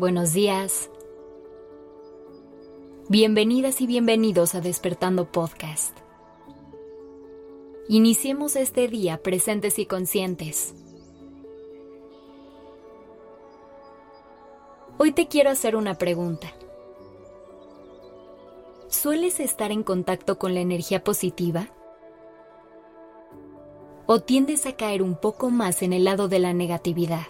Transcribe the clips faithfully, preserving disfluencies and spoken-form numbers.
buenos días. Bienvenidas y bienvenidos a Despertando Podcast. Iniciemos este día presentes y conscientes. Hoy te quiero hacer una pregunta. ¿Sueles estar en contacto con la energía positiva? ¿O tiendes a caer un poco más en el lado de la negatividad?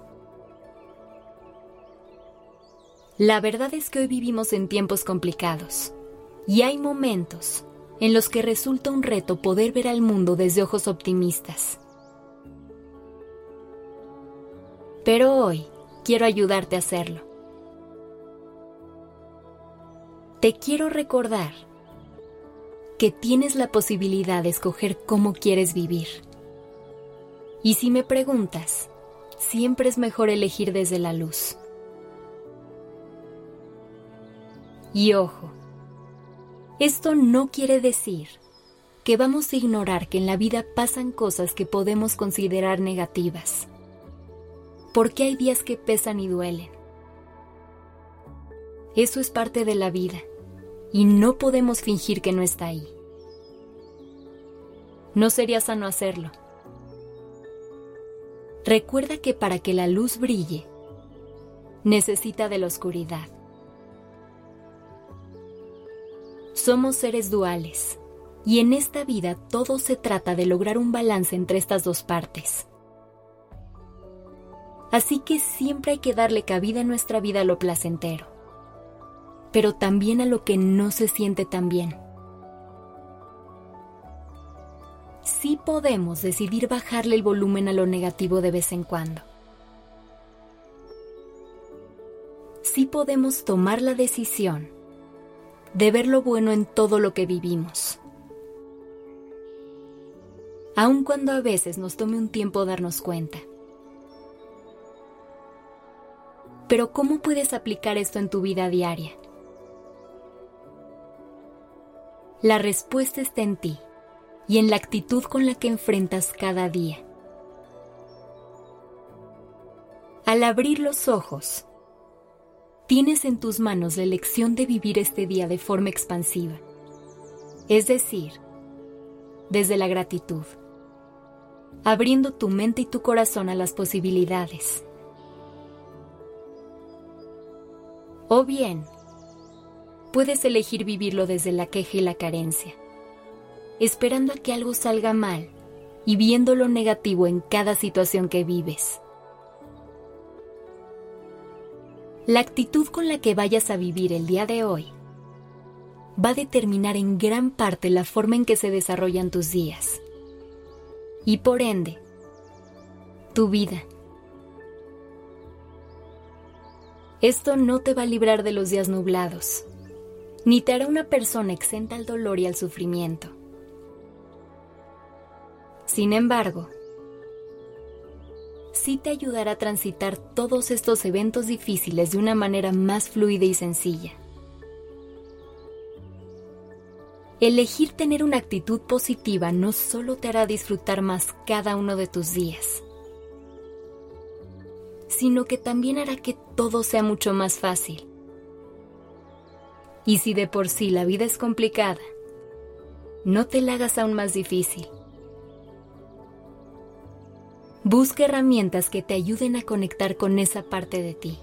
La verdad es que hoy vivimos en tiempos complicados y hay momentos en los que resulta un reto poder ver al mundo desde ojos optimistas. Pero hoy quiero ayudarte a hacerlo. Te quiero recordar que tienes la posibilidad de escoger cómo quieres vivir. Y si me preguntas, siempre es mejor elegir desde la luz. Y ojo, esto no quiere decir que vamos a ignorar que en la vida pasan cosas que podemos considerar negativas, porque hay días que pesan y duelen. Eso es parte de la vida y no podemos fingir que no está ahí. No sería sano hacerlo. Recuerda que para que la luz brille, necesita de la oscuridad. Somos seres duales, y en esta vida todo se trata de lograr un balance entre estas dos partes. Así que siempre hay que darle cabida en nuestra vida a lo placentero, pero también a lo que no se siente tan bien. Sí podemos decidir bajarle el volumen a lo negativo de vez en cuando. Sí podemos tomar la decisión de ver lo bueno en todo lo que vivimos. Aun cuando a veces nos tome un tiempo darnos cuenta. Pero ¿cómo puedes aplicar esto en tu vida diaria? La respuesta está en ti y en la actitud con la que enfrentas cada día. Al abrir los ojos, tienes en tus manos la elección de vivir este día de forma expansiva, es decir, desde la gratitud, abriendo tu mente y tu corazón a las posibilidades. O bien, puedes elegir vivirlo desde la queja y la carencia, esperando a que algo salga mal y viendo lo negativo en cada situación que vives. La actitud con la que vayas a vivir el día de hoy va a determinar en gran parte la forma en que se desarrollan tus días y, por ende, tu vida. Esto no te va a librar de los días nublados, ni te hará una persona exenta al dolor y al sufrimiento. Sin embargo, sí te ayudará a transitar todos estos eventos difíciles de una manera más fluida y sencilla. Elegir tener una actitud positiva no solo te hará disfrutar más cada uno de tus días, sino que también hará que todo sea mucho más fácil. Y si de por sí la vida es complicada, no te la hagas aún más difícil. Busca herramientas que te ayuden a conectar con esa parte de ti.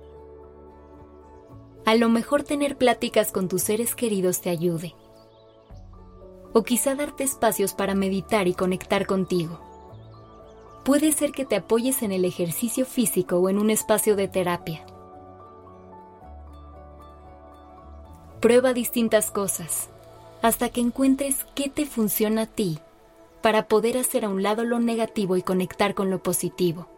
A lo mejor tener pláticas con tus seres queridos te ayude. O quizá darte espacios para meditar y conectar contigo. Puede ser que te apoyes en el ejercicio físico o en un espacio de terapia. Prueba distintas cosas hasta que encuentres qué te funciona a ti, para poder hacer a un lado lo negativo y conectar con lo positivo.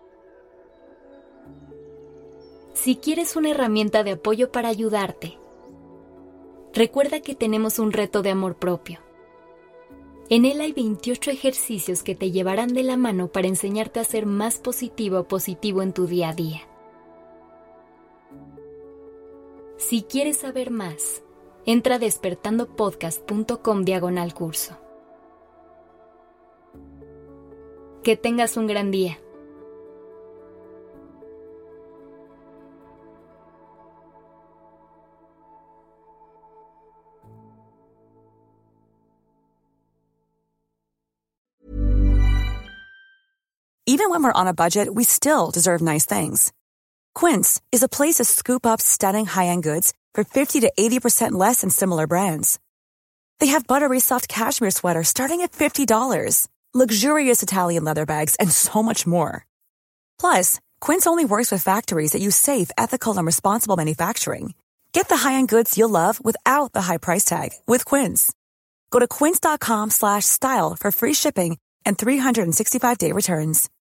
Si quieres una herramienta de apoyo para ayudarte, recuerda que tenemos un reto de amor propio. En él hay veintiocho ejercicios que te llevarán de la mano para enseñarte a ser más positivo o positivo en tu día a día. Si quieres saber más, entra a despertandopodcast punto com diagonal curso. Que tengas un gran día. Even when we're on a budget, we still deserve nice things. Quince is a place to scoop up stunning high-end goods for fifty to eighty percent less than similar brands. They have buttery soft cashmere sweaters starting at fifty dollars, luxurious Italian leather bags, and so much more. Plus, Quince only works with factories that use safe, ethical, and responsible manufacturing. Get the high-end goods you'll love without the high price tag with Quince. Go to quince.com slash style for free shipping and three sixty-five day returns.